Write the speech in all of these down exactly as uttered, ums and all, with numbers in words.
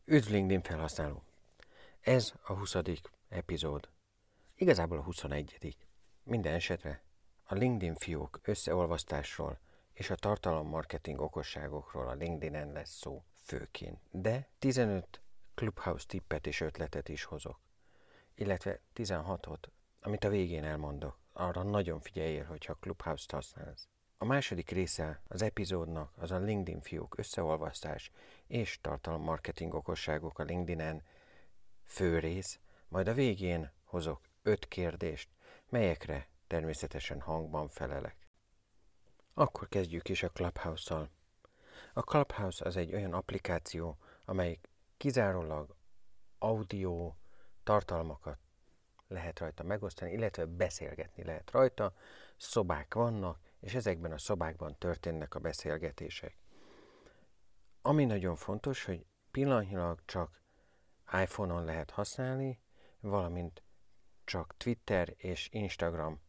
Üdv LinkedIn felhasználó! Ez a huszadik epizód. Igazából a huszonegyedik. Minden esetre a LinkedIn fiók összeolvasztásról és a tartalommarketing okosságokról a LinkedIn-en lesz szó főként. De tizenöt Clubhouse tippet és ötletet is hozok. Illetve tizenhatot, amit a végén elmondok. Arra nagyon figyeljél, hogyha Clubhouse-t használsz. A második része az epizódnak az a LinkedIn fiók összeolvasztás és tartalommarketing okosságok a LinkedIn-en fő rész, majd a végén hozok öt kérdést, melyekre természetesen hangban felelek. Akkor kezdjük is a Clubhouse-szal. A Clubhouse az egy olyan applikáció, amely kizárólag audio tartalmakat lehet rajta megosztani, illetve beszélgetni lehet rajta, szobák vannak, és ezekben a szobákban történnek a beszélgetések. Ami nagyon fontos, hogy pillanatnyilag csak iPhone-on lehet használni, valamint csak Twitter és Instagram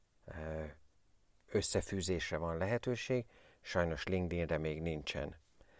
összefűzésre van lehetőség, sajnos LinkedIn-re még nincsen.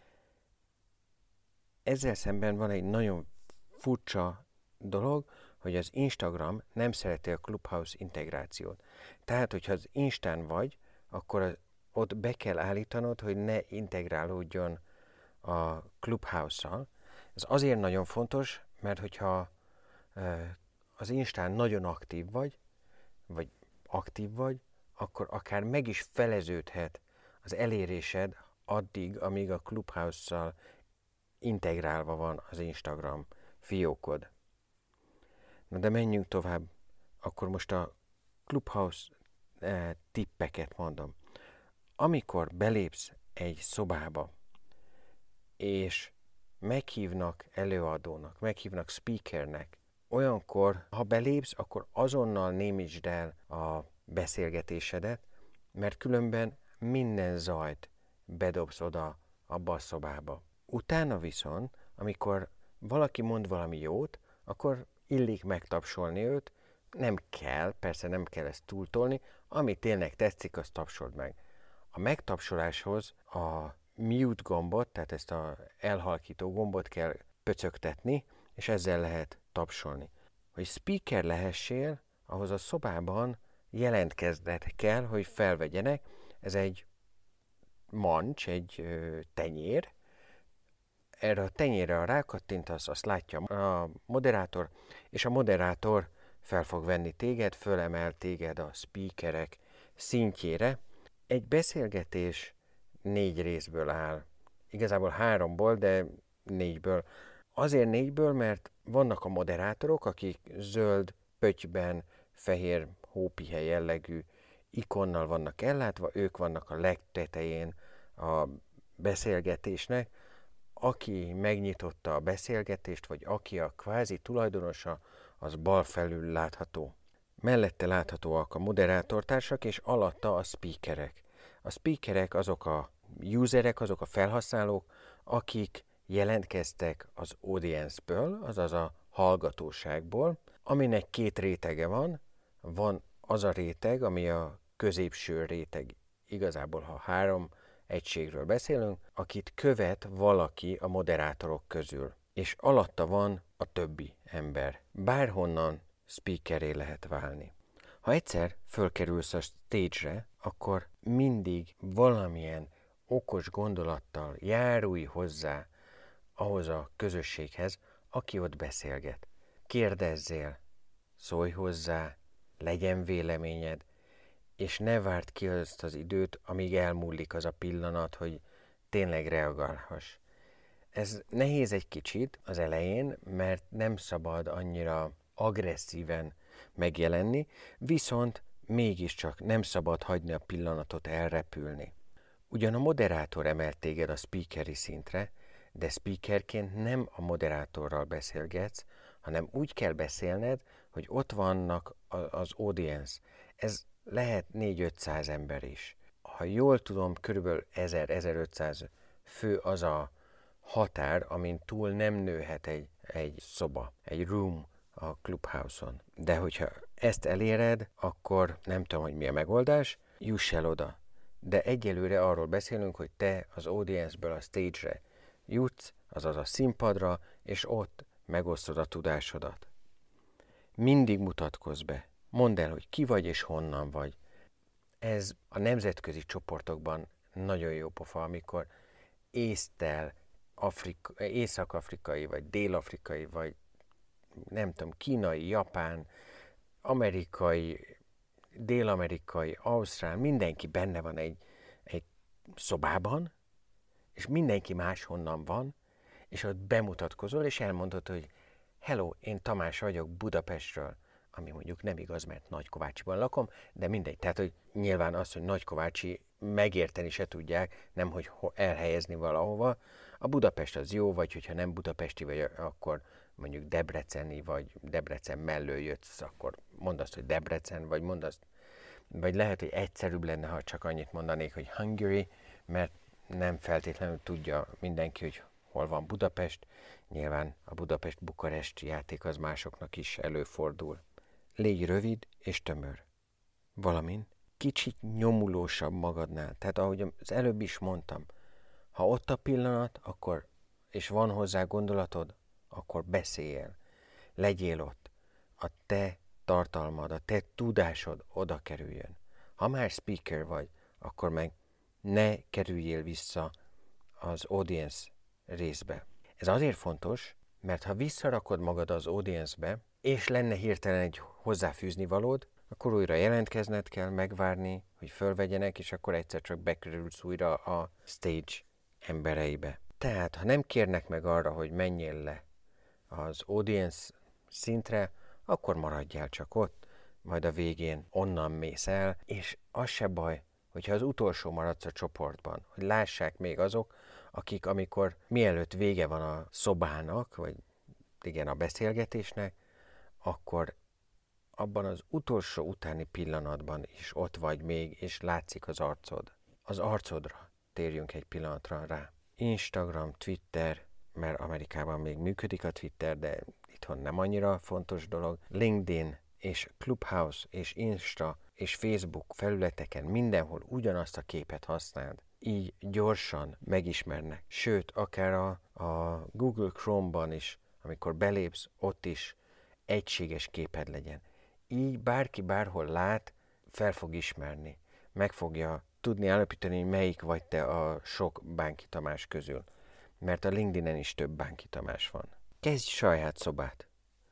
Ezzel szemben van egy nagyon furcsa dolog, hogy az Instagram nem szereti a Clubhouse integrációt. Tehát, hogyha az Instán vagy, akkor az, ott be kell állítanod, hogy ne integrálódjon a Clubhouse-szal. Ez azért nagyon fontos, mert hogyha e, az Instán nagyon aktív vagy, vagy aktív vagy, akkor akár meg is feleződhet az elérésed addig, amíg a Clubhouse-szal integrálva van az Instagram fiókod. Na de menjünk tovább, akkor most a Clubhouse eh, tippeket mondom. Amikor belépsz egy szobába, és meghívnak előadónak, meghívnak speakernek, olyankor, ha belépsz, akkor azonnal némítsd el a beszélgetésedet, mert különben minden zajt bedobsz oda abba a szobába. Utána viszont, amikor valaki mond valami jót, akkor illik megtapsolni őt, nem kell, persze nem kell ezt túltolni, ami tényleg tetszik, azt tapsold meg. A megtapsoláshoz a mute gombot, tehát ezt az elhalkító gombot kell pöcögtetni, és ezzel lehet tapsolni. Hogy speaker lehessél, ahhoz a szobában jelentkezned kell, hogy felvegyenek. Ez egy mancs, egy ö, tenyér. Erre a tenyérre, ha rákattintasz, azt látja a moderátor, és a moderátor fel fog venni téged, fölemel téged a speakerek szintjére. Egy beszélgetés négy részből áll. Igazából háromból, de négyből. Azért négyből, mert vannak a moderátorok, akik zöld pöttyben, fehér hópihe jellegű ikonnal vannak ellátva, ők vannak a legtetején a beszélgetésnek. Aki megnyitotta a beszélgetést, vagy aki a kvázi tulajdonosa, az bal felül látható. Mellette láthatóak a moderátortársak, és alatta a speakerek. A speakerek azok a userek, azok a felhasználók, akik jelentkeztek az audience-ből, azaz a hallgatóságból, aminek két rétege van. Van az a réteg, ami a középső réteg, igazából ha három egységről beszélünk, akit követ valaki a moderátorok közül, és alatta van a többi ember. Bárhonnan speakeré lehet válni. Ha egyszer fölkerülsz a stage-re, akkor mindig valamilyen okos gondolattal járulj hozzá ahhoz a közösséghez, aki ott beszélget. Kérdezzél, szólj hozzá, legyen véleményed, és ne várd ki azt az időt, amíg elmúlik az a pillanat, hogy tényleg reagálhass. Ez nehéz egy kicsit az elején, mert nem szabad annyira agresszíven megjelenni, viszont mégiscsak nem szabad hagyni a pillanatot elrepülni. Ugyan a moderátor emelt téged a speakeri szintre, de speakerként nem a moderátorral beszélgetsz, hanem úgy kell beszélned, hogy ott vannak az audience. Ez lehet négy-ötszáz ember is. Ha jól tudom, körülbelül ezer-ezerötszáz fő az a határ, amin túl nem nőhet egy, egy szoba, egy room a Clubhouse-on. De hogyha ezt eléred, akkor nem tudom, hogy mi a megoldás, juss el oda. De egyelőre arról beszélünk, hogy te az audience-ből a stage-re jutsz, azaz a színpadra, és ott megosztod a tudásodat. Mindig mutatkozz be. Mondd el, hogy ki vagy és honnan vagy. Ez a nemzetközi csoportokban nagyon jó pofa, amikor észtel, Afrika, észak-afrikai, vagy dél-afrikai, vagy nem tudom, kínai, japán, amerikai, dél-amerikai, ausztrál, mindenki benne van egy, egy szobában, és mindenki máshonnan van, és ott bemutatkozol, és elmondod, hogy hello, én Tamás vagyok Budapestről, ami mondjuk nem igaz, mert Nagykovácsiban lakom, de mindegy. Tehát, hogy nyilván az, hogy Nagykovácsi megérteni se tudják, nem hogy elhelyezni valahova. A Budapest az jó, vagy hogyha nem budapesti vagy, akkor mondjuk debreceni, vagy Debrecen mellől jössz, akkor mondd azt, hogy Debrecen, vagy mondd azt, vagy lehet, hogy egyszerűbb lenne, ha csak annyit mondanék, hogy Hungary, mert nem feltétlenül tudja mindenki, hogy hol van Budapest. Nyilván a Budapest-Bukarest játék az másoknak is előfordul. Légy rövid és tömör. Valamint kicsit nyomulósabb magadnál. Tehát ahogy az előbb is mondtam, ha ott a pillanat, akkor, és van hozzá gondolatod, akkor beszéljél. Legyél ott. A te tartalmad, a te tudásod oda kerüljön. Ha már speaker vagy, akkor meg ne kerüljél vissza az audience részbe. Ez azért fontos, mert ha visszarakod magad az audience-be, és lenne hirtelen egy hozzáfűzni valód, akkor újra jelentkezned kell, megvárni, hogy fölvegyenek, és akkor egyszer csak bekerülsz újra a stage embereibe. Tehát, ha nem kérnek meg arra, hogy menjél le az audience szintre, akkor maradjál csak ott, majd a végén onnan mész el, és az se baj, hogyha az utolsó maradsz a csoportban, hogy lássák még azok, akik amikor mielőtt vége van a szobának, vagy igen, a beszélgetésnek, akkor abban az utolsó utáni pillanatban is ott vagy még, és látszik az arcod. Az arcodra térjünk egy pillanatra rá. Instagram, Twitter, mert Amerikában még működik a Twitter, de itthon nem annyira fontos dolog. LinkedIn és Clubhouse és Insta és Facebook felületeken mindenhol ugyanazt a képet használd. Így gyorsan megismernek. Sőt, akár a, a Google Chrome-ban is, amikor belépsz, ott is egységes képed legyen. Így bárki bárhol lát, fel fog ismerni. Meg fogja tudni állapítani, melyik vagy te a sok Bánki Tamás közül. Mert a LinkedIn-en is több Bánki Tamás van. Kezdj saját szobát.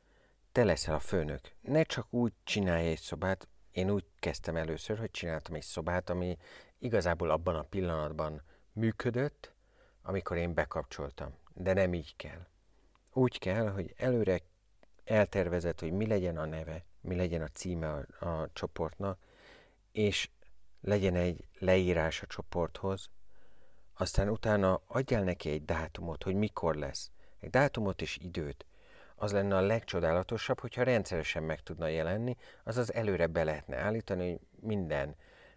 Te leszel a főnök. Ne csak úgy csinálj egy szobát. Én úgy kezdtem először, hogy csináltam egy szobát, ami igazából abban a pillanatban működött, amikor én bekapcsoltam. De nem így kell. Úgy kell, hogy előre eltervezed, hogy mi legyen a neve, mi legyen a címe a, a csoportnak, és legyen egy leírás a csoporthoz, aztán utána adjál neki egy dátumot, hogy mikor lesz. Egy dátumot és időt. Az lenne a legcsodálatosabb, hogyha rendszeresen meg tudna jelenni, azaz előre be lehetne állítani, hogy minden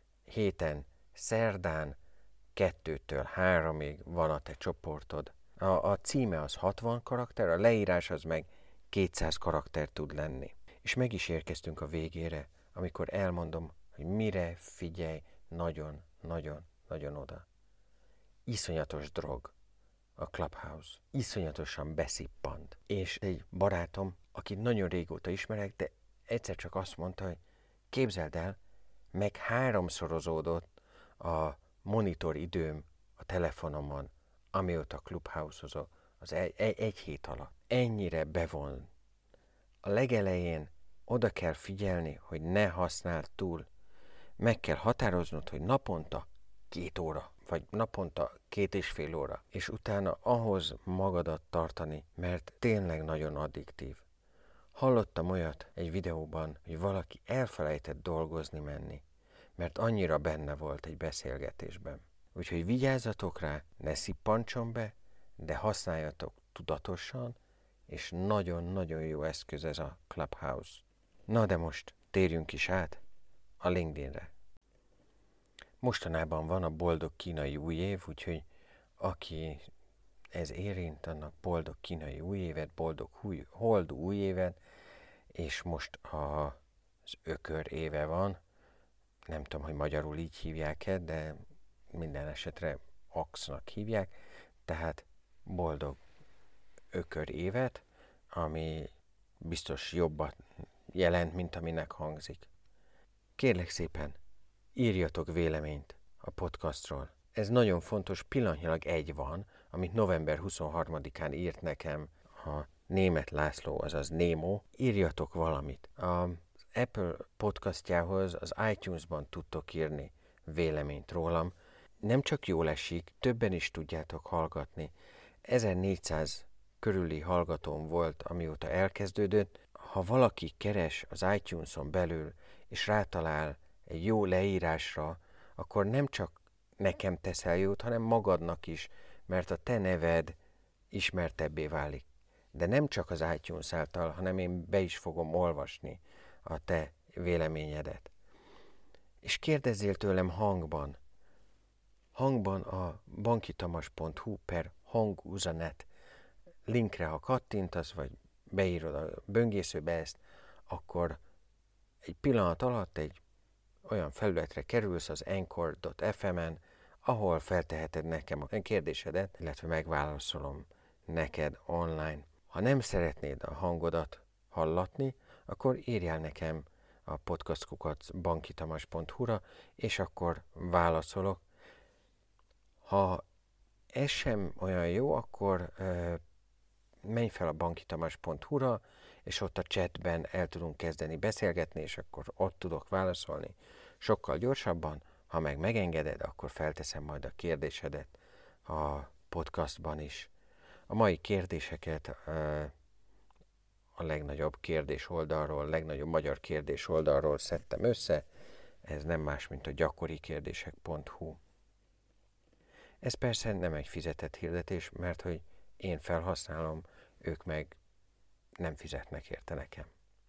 héten, szerdán, kettőtől háromig van a te csoportod. A, a címe az hatvan karakter, a leírás az meg kétszáz karakter tud lenni. És meg is érkeztünk a végére, amikor elmondom, hogy mire figyelj nagyon, nagyon, nagyon oda. Iszonyatos drog a Clubhouse. Iszonyatosan beszippant. És egy barátom, akit nagyon régóta ismerek, de egyszer csak azt mondta, hogy képzeld el, meg háromszorozódott a monitor időm a telefonomon, amióta Clubhouse-ozok, az egy, egy, egy hét alatt. Ennyire bevon. A legelején oda kell figyelni, hogy ne használd túl. Meg kell határoznod, hogy naponta két óra, vagy naponta két és fél óra, és utána ahhoz magadat tartani, mert tényleg nagyon addiktív. Hallottam olyat egy videóban, hogy valaki elfelejtett dolgozni menni, mert annyira benne volt egy beszélgetésben. Úgyhogy vigyázzatok rá, ne szippantson be, de használjatok tudatosan, és nagyon-nagyon jó eszköz ez a Clubhouse. Na de most térjünk is át a LinkedInre. Mostanában van a boldog kínai új év, úgyhogy aki ez érint, annak boldog kínai új évet, boldog új, holdú új évet, és most a, az ökör éve van. Nem tudom, hogy magyarul így hívják-e, de minden esetre Axnak hívják, tehát boldog ökör évet, ami biztos jobbat jelent, mint aminek hangzik. Kérlek szépen, írjatok véleményt a podcastról. Ez nagyon fontos, pillanatnyilag egy van, amit november huszonharmadikán írt nekem a Németh László, azaz Némo. Írjatok valamit. Az Apple podcastjához az iTunes-ban tudtok írni véleményt rólam. Nem csak jól esik, többen is tudjátok hallgatni. ezernégyszáz körüli hallgatóm volt, amióta elkezdődött. Ha valaki keres az iTunes-on belül, és rátalál egy jó leírásra, akkor nem csak nekem teszel jót, hanem magadnak is, mert a te neved ismertebbé válik. De nem csak az iTunes által, hanem én be is fogom olvasni a te véleményedet. És kérdezzél tőlem hangban. Hangban a bankitamas pont hu per hangüzenet linkre, ha kattintasz, vagy beírod a böngészőbe ezt, akkor egy pillanat alatt egy olyan felületre kerülsz az anchor pont ef em-en, ahol felteheted nekem a kérdésedet, illetve megválaszolom neked online. Ha nem szeretnéd a hangodat hallatni, akkor írjál nekem a podcastkukac bankitamas pont hu-ra, és akkor válaszolok. Ha ez sem olyan jó, akkor uh, menj fel a bankitamas pont hu-ra, és ott a chatben el tudunk kezdeni beszélgetni, és akkor ott tudok válaszolni sokkal gyorsabban. Ha meg megengeded, akkor felteszem majd a kérdésedet a podcastban is. A mai kérdéseket uh, a legnagyobb kérdés oldalról, legnagyobb magyar kérdés oldalról szedtem össze. Ez nem más, mint a gyakori kérdések pont hu. Ez persze nem egy fizetett hirdetés, mert hogy én felhasználom, ők meg nem fizetnek érte nekem.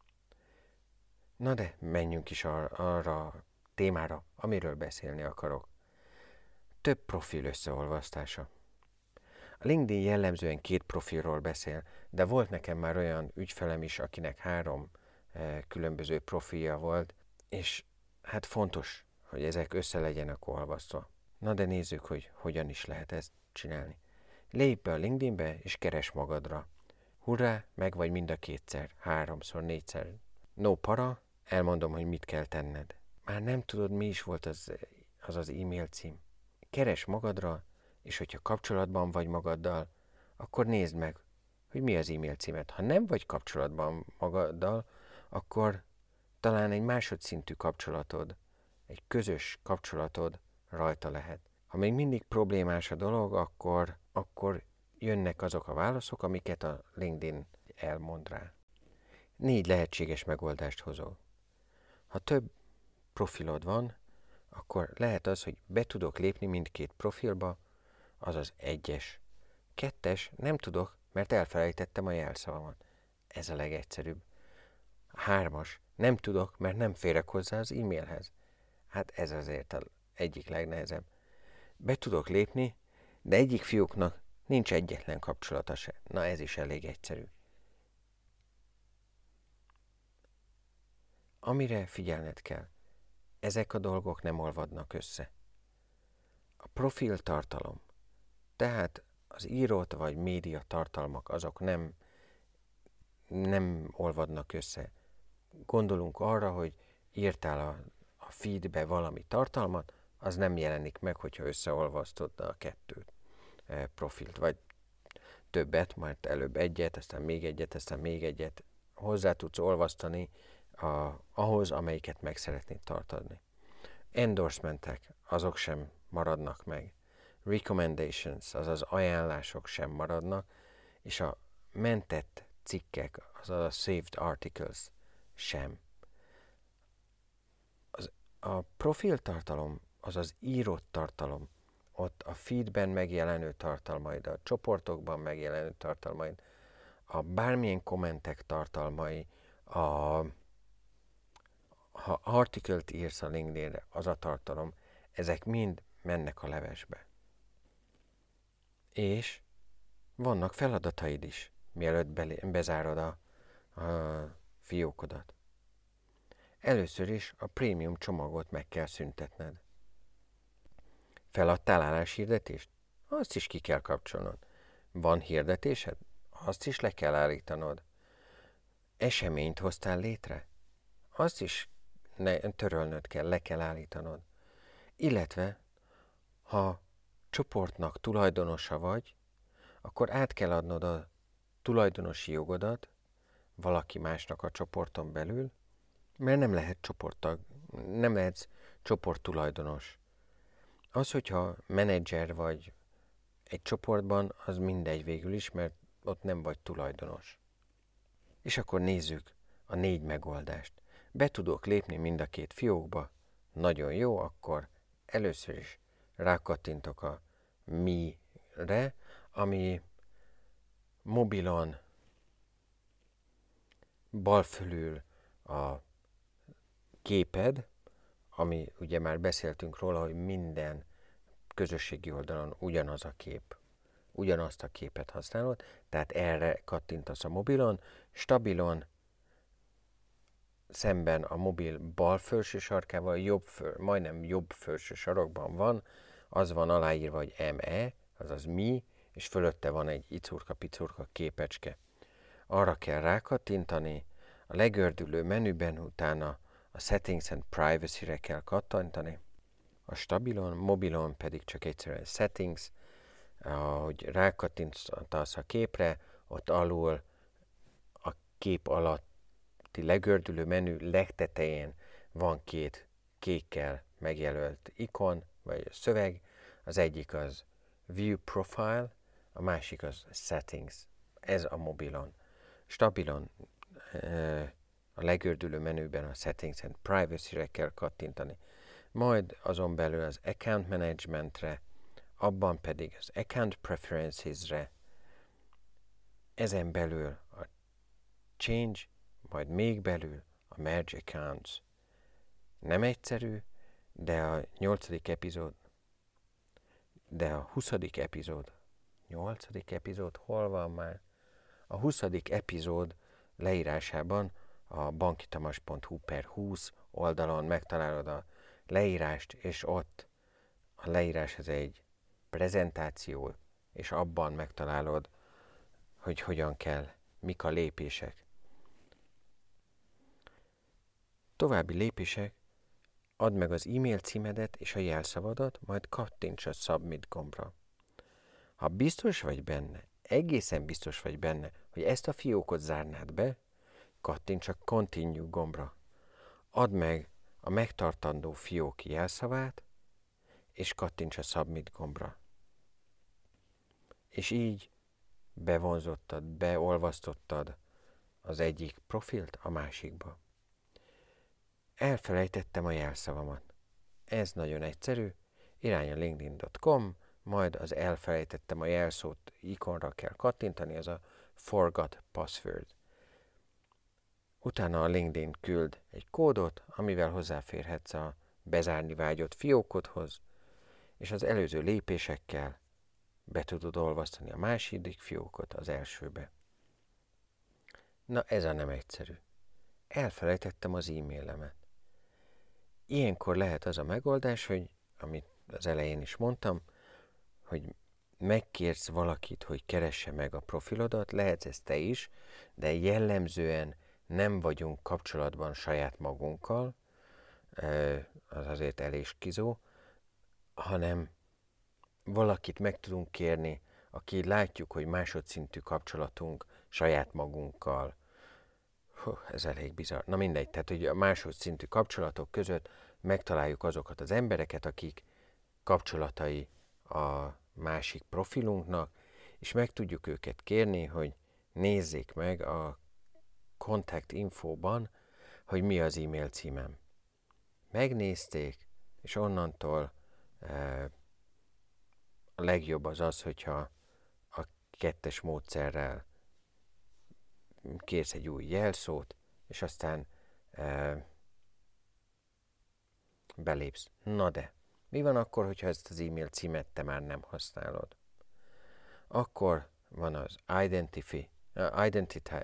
Na de menjünk is ar- arra a témára, amiről beszélni akarok. Több profil összeolvasztása. A LinkedIn jellemzően két profilról beszél, de volt nekem már olyan ügyfelem is, akinek három e, különböző profilja volt, és hát fontos, hogy ezek össze legyenek olvasztva. Na de nézzük, hogy hogyan is lehet ezt csinálni. Lépj be a LinkedInbe, és keres magadra. Hurrá, meg vagy mind a kétszer, háromszor, négyszer. No para, elmondom, hogy mit kell tenned. Már nem tudod, mi is volt az az, az e-mail cím. Keres magadra, és hogyha kapcsolatban vagy magaddal, akkor nézd meg, hogy mi az e-mail címed. Ha nem vagy kapcsolatban magaddal, akkor talán egy másodszintű kapcsolatod, egy közös kapcsolatod rajta lehet. Ha még mindig problémás a dolog, akkor, akkor jönnek azok a válaszok, amiket a LinkedIn elmond rá. Négy lehetséges megoldást hozol. Ha több profilod van, akkor lehet az, hogy be tudok lépni mindkét profilba, azaz egyes. Kettes, nem tudok, mert elfelejtettem a jelszavamat. Ez a legegyszerűbb. Hármas, nem tudok, mert nem férek hozzá az e-mailhez. Hát ez azért az egyik legnehezebb. Be tudok lépni, de egyik fiúknak nincs egyetlen kapcsolata se. Na ez is elég egyszerű. Amire figyelned kell, ezek a dolgok nem olvadnak össze. A profil tartalom, tehát az írott vagy média tartalmak, azok nem, nem olvadnak össze. Gondolunk arra, hogy írtál a, a feedbe valami tartalmat, az nem jelenik meg, hogyha összeolvasztod a kettőt e, profilt, vagy többet, mert előbb egyet, aztán még egyet, aztán még egyet hozzá tudsz olvasztani a, ahhoz, amelyiket meg szeretnéd tartani. Endorsementek, azok sem maradnak meg. Recommendations, azaz ajánlások sem maradnak, és a mentett cikkek, azaz a saved articles sem. Az, a profil tartalom, azaz írott tartalom, ott a feedben megjelenő tartalmaid, a csoportokban megjelenő tartalmaid, a bármilyen kommentek tartalmai, a, ha artikelt írsz a LinkedInre, az a tartalom, ezek mind mennek a levesbe. És vannak feladataid is, mielőtt belé, bezárod a, a fiókodat. Először is a prémium csomagot meg kell szüntetned. Feladtál álláshirdetést? Azt is ki kell kapcsolnod. Van hirdetésed? azt is le kell állítanod. Eseményt hoztál létre? Azt is ne, törölnöd kell, le kell állítanod. Illetve, ha csoportnak tulajdonosa vagy, akkor át kell adnod a tulajdonosi jogodat valaki másnak a csoporton belül, mert nem lehet csoporttag, nem lehetsz csoporttulajdonos. Az, hogyha menedzser vagy egy csoportban, az mindegy végül is, mert ott nem vagy tulajdonos. És akkor nézzük a négy megoldást. Be tudok lépni mind a két fiókba, nagyon jó, akkor először is rákattintok a Mi-re, ami mobilon bal fölül a képed, ami ugye már beszéltünk róla, hogy minden közösségi oldalon ugyanaz a kép, ugyanazt a képet használod, tehát erre kattintasz a mobilon, stabilon, szemben a mobil bal felső sarkával, jobb föl, majdnem jobb felső sarokban van, az van aláírva, hogy em e, azaz mi, és fölötte van egy icurka-picurka képecske. Arra kell rákattintani, a legördülő menüben utána a Settings and Privacy-re kell kattintani, a stabilon, mobilon pedig csak egyszerűen Settings, ahogy rákattintasz a képre, ott alul a kép alatti legördülő menü legtetején van két kékkel megjelölt ikon, vagy szöveg, az egyik az View Profile, a másik az Settings. Ez a mobilon. Stabilon a legördülő menüben a Settings and Privacy-re kell kattintani. Majd azon belül az Account Management-re, abban pedig az Account Preferences-re, ezen belül a Change, majd még belül a Merge Accounts. Nem egyszerű, de a nyolcadik epizód, de a huszadik epizód, nyolcadik epizód, hol van már? A huszadik epizód leírásában a bankitamas pont hu per húsz oldalon megtalálod a leírást, és ott a leírás ez egy prezentáció, és abban megtalálod, hogy hogyan kell, mik a lépések. További lépések, add meg az e-mail címedet és a jelszavadat, majd kattints a Submit gombra. Ha biztos vagy benne, egészen biztos vagy benne, hogy ezt a fiókot zárnád be, kattints a Continue gombra. Add meg a megtartandó fiók jelszavát, és kattints a Submit gombra. És így bevonzottad, beolvasztottad az egyik profilt a másikba. Elfelejtettem a jelszavamat. Ez nagyon egyszerű, irány a linkedin pont com, majd az elfelejtettem a jelszót ikonra kell kattintani, az a Forgot Password. Utána a LinkedIn küld egy kódot, amivel hozzáférhetsz a bezárni vágyott fiókodhoz, és az előző lépésekkel be tudod olvasztani a második fiókot az elsőbe. Na ez a nem egyszerű. Elfelejtettem az e-mailemet. Ilyenkor lehet az a megoldás, hogy, amit az elején is mondtam, hogy megkérsz valakit, hogy keresse meg a profilodat, lehetsz ez te is, de jellemzően nem vagyunk kapcsolatban saját magunkkal, az azért elég skizó, hanem valakit meg tudunk kérni, aki látjuk, hogy másodszintű kapcsolatunk saját magunkkal. Hú, ez elég bizarr. Na mindegy, tehát hogy a másodszintű kapcsolatok között megtaláljuk azokat az embereket, akik kapcsolatai a másik profilunknak, és meg tudjuk őket kérni, hogy nézzék meg a contact infóban, hogy mi az e-mail címem. Megnézték, és onnantól e, a legjobb az az, hogyha a kettes módszerrel kérsz egy új jelszót, és aztán e, belépsz. Na de, mi van akkor, hogyha ezt az e-mail címet te már nem használod? Akkor van az Identity, uh, Identity,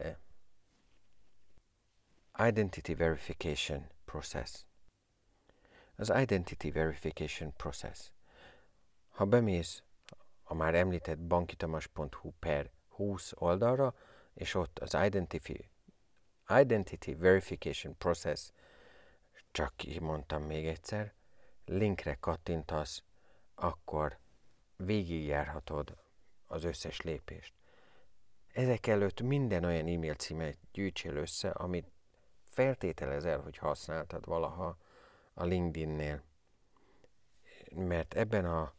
Identity Verification Process. Az Identity Verification Process. Ha bemész a már említett bankitamas pont hu per húsz oldalra, és ott az Identity, Identity Verification Process, csak kimondtam még egyszer, linkre kattintasz, akkor végigjárhatod az összes lépést. Ezek előtt minden olyan e-mail címet gyűjtsél össze, amit feltételezel, hogy használtad valaha a LinkedIn-nél. Mert ebben a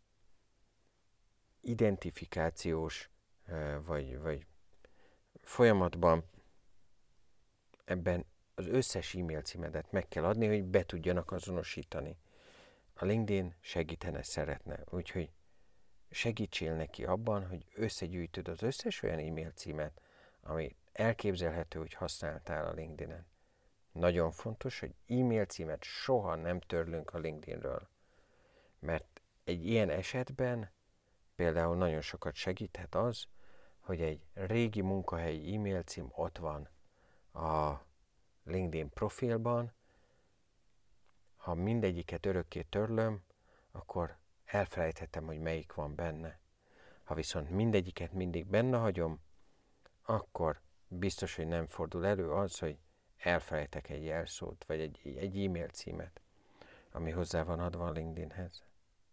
identifikációs vagy, vagy folyamatban ebben az összes e-mail címedet meg kell adni, hogy be tudjanak azonosítani. A LinkedIn segítene, szeretne, úgyhogy segítsél neki abban, hogy összegyűjtöd az összes olyan e-mail címet, ami elképzelhető, hogy használtál a LinkedIn-en. Nagyon fontos, hogy e-mail címet soha nem törlünk a LinkedInről, mert egy ilyen esetben például nagyon sokat segíthet az, hogy egy régi munkahelyi e-mail cím ott van a LinkedIn profilban. Ha mindegyiket örökké törlöm, akkor elfelejthetem, hogy melyik van benne. Ha viszont mindegyiket mindig benne hagyom, akkor biztos, hogy nem fordul elő az, hogy elfelejtek egy jelszót, vagy egy, egy e-mail címet, ami hozzá van adva a LinkedInhez.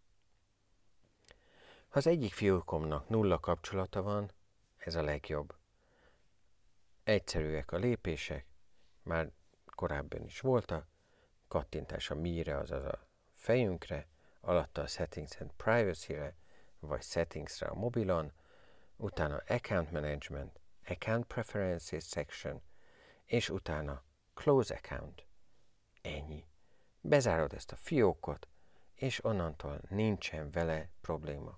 Ha az egyik fiókomnak nulla kapcsolata van, ez a legjobb. Egyszerűek a lépések, már korábban is voltak, kattintás a mi-re, azaz a fejünkre, alatta a Settings and Privacy-re, vagy Settings-re a mobilon, utána Account Management, Account Preferences section, és utána Close Account. Ennyi. Bezárod ezt a fiókot, és onnantól nincsen vele probléma.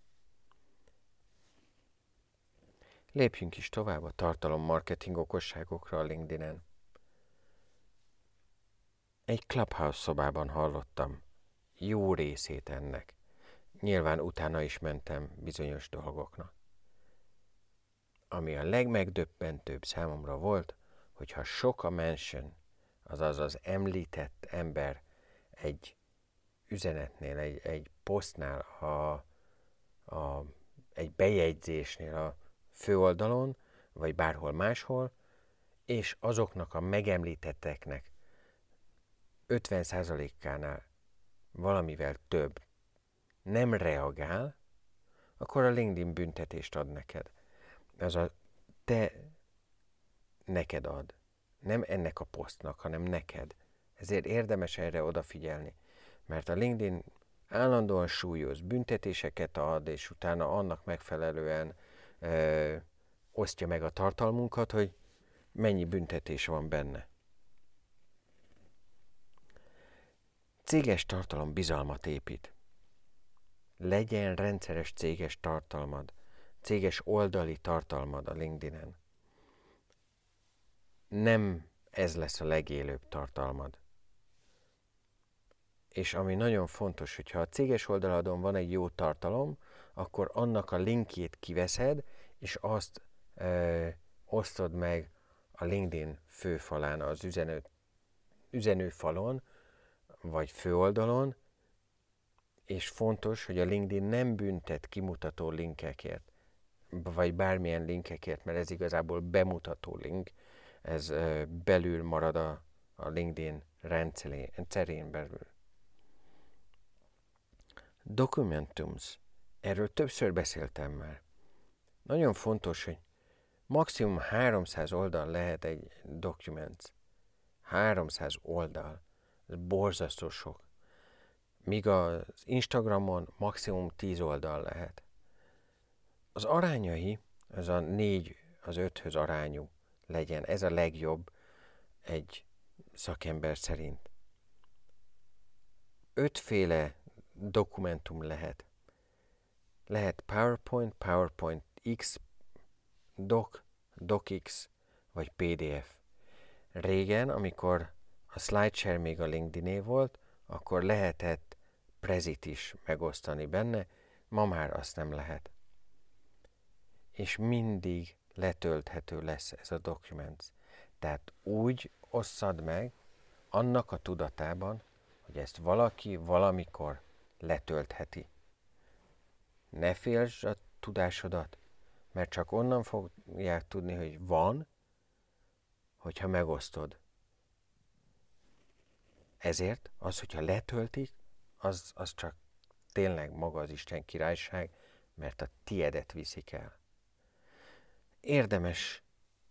Lépjünk is tovább a tartalommarketing okosságokra a LinkedIn-en. Egy Clubhouse szobában hallottam jó részét ennek. Nyilván utána is mentem bizonyos dolgoknak. Ami a legmegdöbbentőbb számomra volt, hogyha sok a mention, azaz az említett ember egy üzenetnél, egy, egy posztnál, a, a, egy bejegyzésnél a főoldalon, vagy bárhol máshol, és azoknak a megemlítetteknek ötven százalékánál valamivel több nem reagál, akkor a LinkedIn büntetést ad neked. Az a te neked ad. Nem ennek a posztnak, hanem neked. Ezért érdemes erre odafigyelni. Mert a LinkedIn állandóan súlyos büntetéseket ad, és utána annak megfelelően ö, osztja meg a tartalmunkat, hogy mennyi büntetés van benne. Céges tartalom bizalmat épít. Legyen rendszeres céges tartalmad, céges oldali tartalmad a LinkedIn-en. Nem ez lesz a legélőbb tartalmad. És ami nagyon fontos, hogyha a céges oldaladon van egy jó tartalom, akkor annak a linkjét kiveszed, és azt ö, osztod meg a LinkedIn főfalán, az üzenő, üzenőfalon, vagy főoldalon, és fontos, hogy a LinkedIn nem büntet kimutató linkekért, vagy bármilyen linkekért, mert ez igazából bemutató link, ez ö, belül marad a, a LinkedIn rendszerén belül. Documentums. Erről többször beszéltem már. Nagyon fontos, hogy maximum háromszáz oldal lehet egy Documents. háromszáz oldal. Ez borzasztó sok. Míg az Instagramon maximum tíz oldal lehet. Az arányai, az a négy az öthöz arányú legyen. Ez a legjobb egy szakember szerint. Ötféle dokumentum lehet. Lehet PowerPoint, PowerPoint X, Doc, DocX, vagy pé dé ef. Régen, amikor a SlideShare még a LinkedIn-é volt, akkor lehetett prezit is megosztani benne, ma már azt nem lehet. És mindig letölthető lesz ez a Documents. Tehát úgy osszad meg, annak a tudatában, hogy ezt valaki valamikor letöltheti. Ne féltsd a tudásodat, mert csak onnan fogják tudni, hogy van, hogyha megosztod. Ezért az, hogyha letöltik, az, az csak tényleg maga az Isten királyság, mert a tiedet viszik el. Érdemes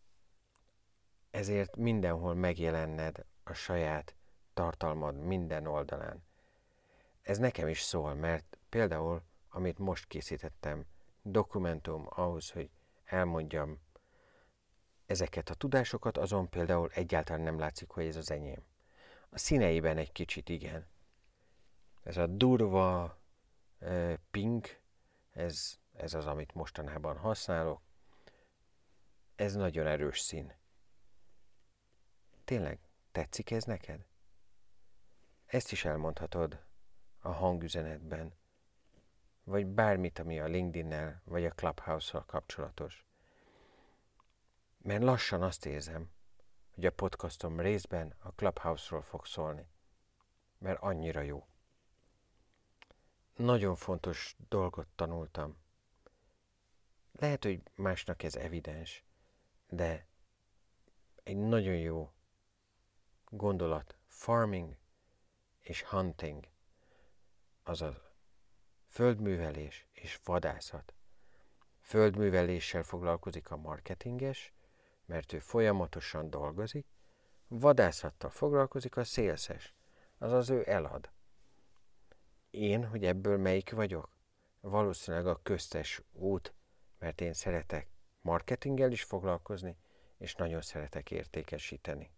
ezért mindenhol megjelenned a saját tartalmad minden oldalán. Ez nekem is szól, mert például, amit most készítettem, dokumentum ahhoz, hogy elmondjam ezeket a tudásokat, azon például egyáltalán nem látszik, hogy ez az enyém. A színeiben egy kicsit igen. Ez a durva uh, pink, ez, ez az, amit mostanában használok. Ez nagyon erős szín. Tényleg, tetszik ez neked? Ezt is elmondhatod a hangüzenetben, vagy bármit, ami a LinkedIn-nel, vagy a Clubhouse-szal kapcsolatos. Mert lassan azt érzem, hogy a podcastom részben a Clubhouse-ról fog szólni. Mert annyira jó. Nagyon fontos dolgot tanultam. Lehet, hogy másnak ez evidens, de egy nagyon jó gondolat. Farming és hunting, azaz földművelés és vadászat. Földműveléssel foglalkozik a marketinges, mert ő folyamatosan dolgozik, vadászattal foglalkozik a szélszes, azaz ő elad. Én, hogy ebből melyik vagyok? Valószínűleg a köztes út, mert én szeretek marketinggel is foglalkozni, és nagyon szeretek értékesíteni.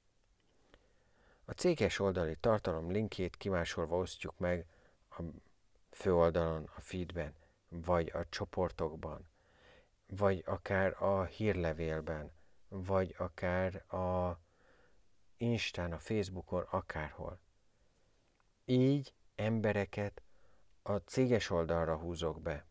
A céges oldali tartalom linkjét kimásolva osztjuk meg a főoldalon, a feedben, vagy a csoportokban, vagy akár a hírlevélben, vagy akár a Instán, a Facebookon, akárhol. Így embereket a céges oldalra húzok be.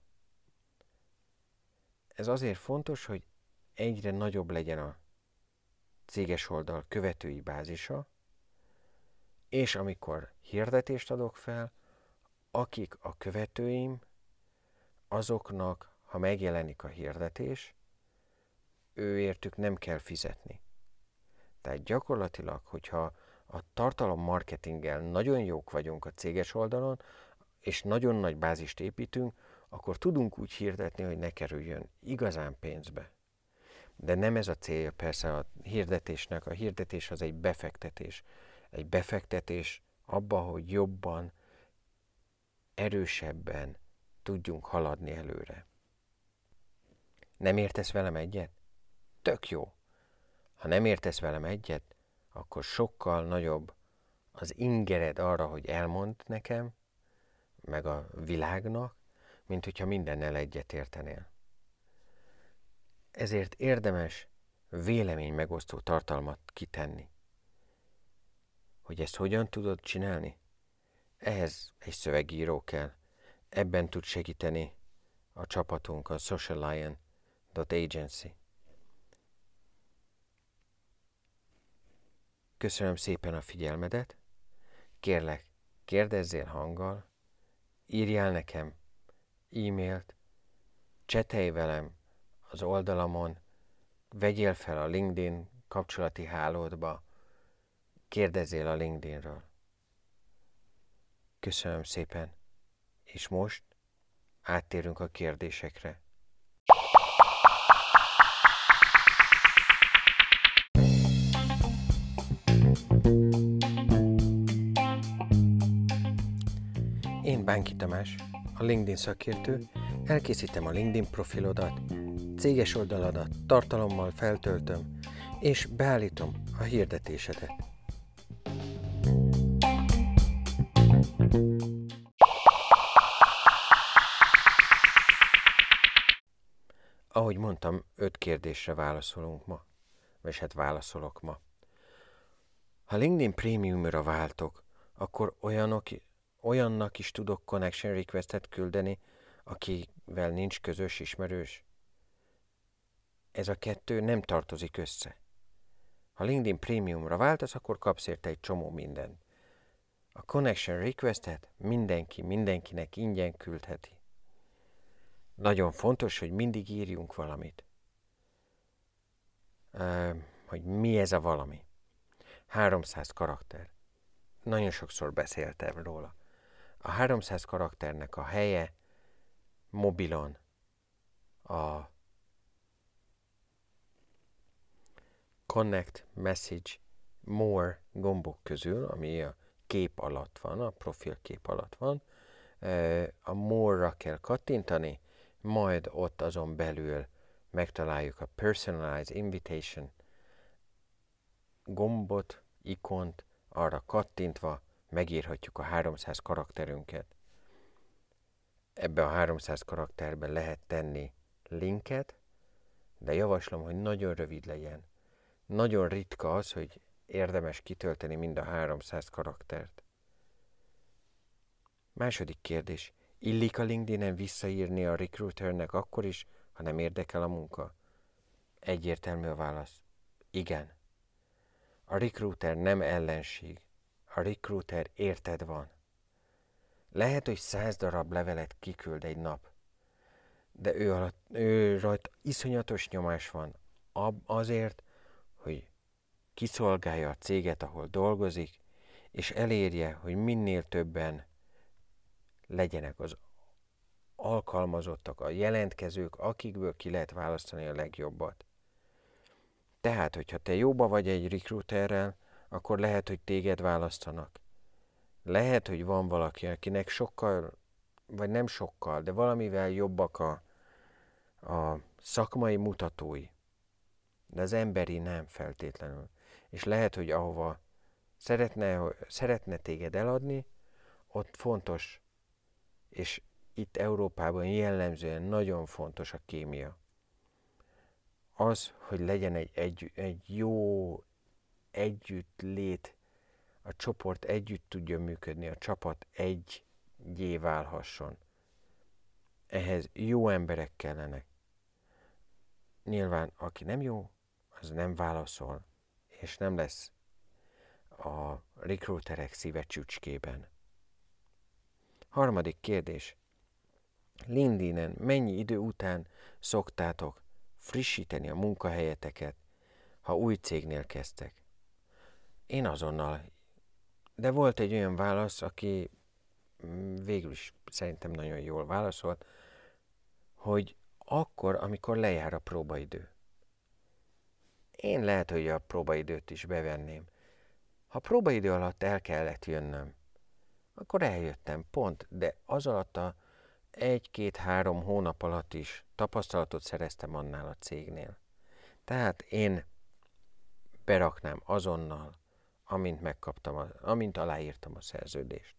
Ez azért fontos, hogy egyre nagyobb legyen a céges oldal követői bázisa, és amikor hirdetést adok fel, akik a követőim, azoknak, ha megjelenik a hirdetés, őértük nem kell fizetni. Tehát gyakorlatilag, hogyha a tartalommarketinggel nagyon jók vagyunk a céges oldalon, és nagyon nagy bázist építünk, akkor tudunk úgy hirdetni, hogy ne kerüljön igazán pénzbe. De nem ez a célja persze a hirdetésnek. A hirdetés az egy befektetés. Egy befektetés abba, hogy jobban, erősebben tudjunk haladni előre. Nem értesz velem egyet? Tök jó. Ha nem értesz velem egyet, akkor sokkal nagyobb az ingered arra, hogy elmondd nekem, meg a világnak, mint hogyha mindennel egyet értenél. Ezért érdemes vélemény megosztó tartalmat kitenni. Hogy ezt hogyan tudod csinálni? Ehhez egy szövegíró kell. Ebben tud segíteni a csapatunk, a social lion dot agency. Köszönöm szépen a figyelmedet. Kérlek, kérdezzél hanggal, írjál nekem e-mailt, csetelj velem az oldalamon, vegyél fel a LinkedIn kapcsolati hálódba, kérdezzél a LinkedInről. Köszönöm szépen, és most áttérünk a kérdésekre. Én Bánki Tamás, a LinkedIn szakértő, elkészítem a LinkedIn profilodat, céges oldaladat tartalommal feltöltöm, és beállítom a hirdetésedet. Ahogy mondtam, öt kérdésre válaszolunk ma, vagy hát válaszolok ma. Ha LinkedIn Premiumra váltok, akkor olyanok, olyannak is tudok connection requestet küldeni, akivel nincs közös ismerős? Ez a kettő nem tartozik össze. Ha LinkedIn Premiumra váltasz, akkor kapsz érte egy csomó mindent. A connection requestet mindenki, mindenkinek ingyen küldheti. Nagyon fontos, hogy mindig írjunk valamit. Hogy mi ez a valami. háromszáz karakter. Nagyon sokszor beszéltem róla. A háromszáz karakternek a helye mobilon a Connect, Message, More gombok közül, ami a kép alatt van, a profilkép alatt van, a More-ra kell kattintani, majd ott azon belül megtaláljuk a Personalize Invitation gombot, ikont, arra kattintva megírhatjuk a háromszáz karakterünket. Ebbe a háromszáz karakterbe lehet tenni linket, de javaslom, hogy nagyon rövid legyen. Nagyon ritka az, hogy érdemes kitölteni mind a háromszáz karaktert. Második kérdés. Illik a LinkedIn-en visszaírni a recruiternek akkor is, ha nem érdekel a munka? Egyértelmű a válasz. Igen. A recruiter nem ellenség. A recruiter érted van. Lehet, hogy száz darab levelet kiküld egy nap, de ő, alatt, ő rajta iszonyatos nyomás van azért, hogy kiszolgálja a céget, ahol dolgozik, és elérje, hogy minél többen legyenek az alkalmazottak, a jelentkezők, akikből ki lehet választani a legjobbat. Tehát, hogyha te jóba vagy egy recruiterrel, akkor lehet, hogy téged választanak. Lehet, hogy van valaki, akinek sokkal, vagy nem sokkal, de valamivel jobbak a, a szakmai mutatói. De az emberi nem feltétlenül. És lehet, hogy ahova szeretne, szeretne téged eladni, ott fontos, és itt Európában jellemzően nagyon fontos a kémia. Az, hogy legyen egy, egy, egy jó együttlét, a csoport együtt tudjon működni, a csapat egyé válhasson. Ehhez jó emberek kellenek. Nyilván, aki nem jó, az nem válaszol, és nem lesz a recruiterek szíve csücskében. Harmadik kérdés. LinkedIn-en mennyi idő után szoktátok frissíteni a munkahelyeteket, ha új cégnél kezdtek? Én azonnal. De volt egy olyan válasz, aki végül is szerintem nagyon jól válaszolt, hogy akkor, amikor lejár a próbaidő. Én lehet, hogy a próbaidőt is bevenném. Ha próbaidő alatt el kellett jönnöm, akkor eljöttem, pont, de az alatt a egy-két-három hónap alatt is tapasztalatot szereztem annál a cégnél. Tehát én beraknám azonnal, amint megkaptam, a, amint aláírtam a szerződést.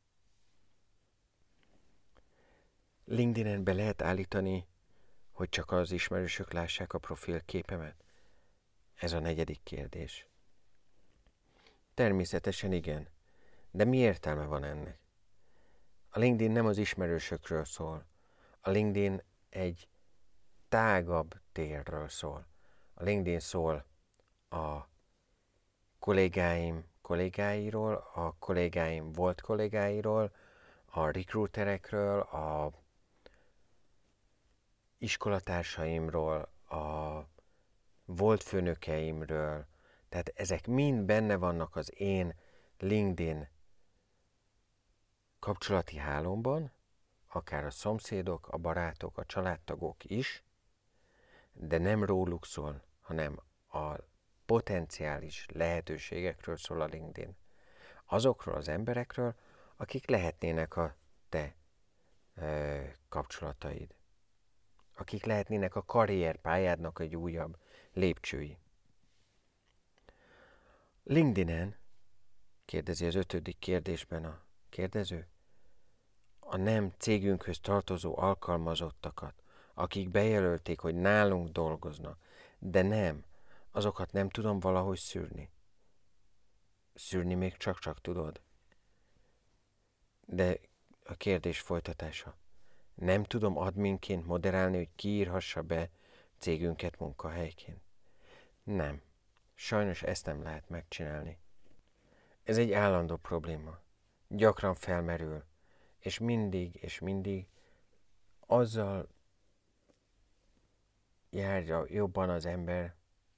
LinkedIn-en be lehet állítani, hogy csak az ismerősök lássák a profilképemet? Ez a negyedik kérdés. Természetesen igen, de mi értelme van ennek? A LinkedIn nem az ismerősökről szól. A LinkedIn egy tágabb térről szól. A LinkedIn szól a kollégáim kollégáiról, a kollégáim volt kollégáiról, a recruiterekről, a iskolatársaimról, a volt főnökeimről. Tehát ezek mind benne vannak az én LinkedIn kapcsolati hálómban, akár a szomszédok, a barátok, a családtagok is, de nem róluk szól, hanem a potenciális lehetőségekről szól a LinkedIn. Azokról az emberekről, akik lehetnének a te ö, kapcsolataid. Akik lehetnének a karrierpályádnak egy újabb lépcsői. LinkedIn-en, kérdezi az ötödik kérdésben a kérdező, a nem cégünkhöz tartozó alkalmazottakat, akik bejelölték, hogy nálunk dolgoznak, de nem, azokat nem tudom valahogy szűrni. Szűrni még csak-csak tudod. De a kérdés folytatása. Nem tudom adminként moderálni, hogy kiírhassa be cégünket munkahelyként. Nem. Sajnos ezt nem lehet megcsinálni. Ez egy állandó probléma. Gyakran felmerül, és mindig és mindig azzal járja jobban az ember.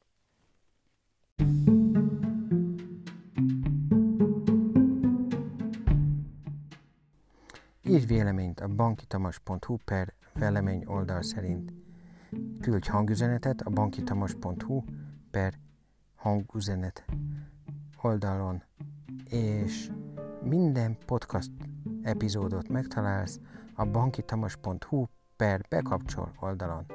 Írj véleményt a bankitamas pont hu per velemény oldal szerint. Küldj hangüzenetet a bankitamas pont hu per hangüzenet oldalon, és minden podcast epizódot megtalálsz a bankitamas pont hu per bekapcsol oldalon.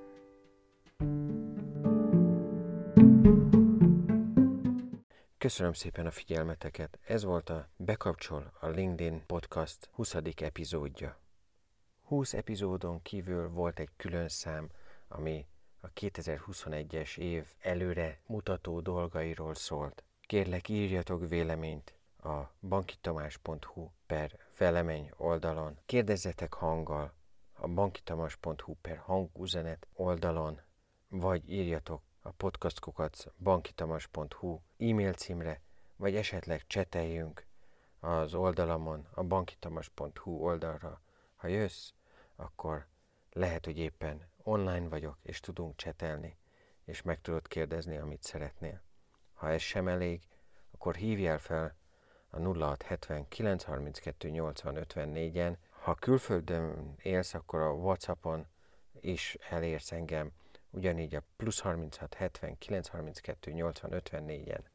Köszönöm szépen a figyelmeteket. Ez volt a Bekapcsol a LinkedIn Podcast huszadik epizódja. húsz epizódon kívül volt egy külön szám, ami a kétezer-huszonegyes év előre mutató dolgairól szólt. Kérlek, írjatok véleményt a bankitamas pont hu per velemény oldalon. Kérdezzetek hanggal a bankitamas pont hu per hangüzenet oldalon, vagy írjatok a podcastkukac bankitamas pont hu e-mail címre, vagy esetleg cseteljünk az oldalamon, a bankitamas pont hu oldalra. Ha jössz, akkor lehet, hogy éppen online vagyok, és tudunk csetelni, és meg tudod kérdezni, amit szeretnél. Ha ez sem elég, akkor hívjál fel a nulla hat hetven kilenc harminckettő nyolcvan ötvennégyen. Ha külföldön élsz, akkor a WhatsAppon is elérsz engem, ugyanígy a plusz harminchat hetven kilenc harminckettő nyolcvan ötvennégyen.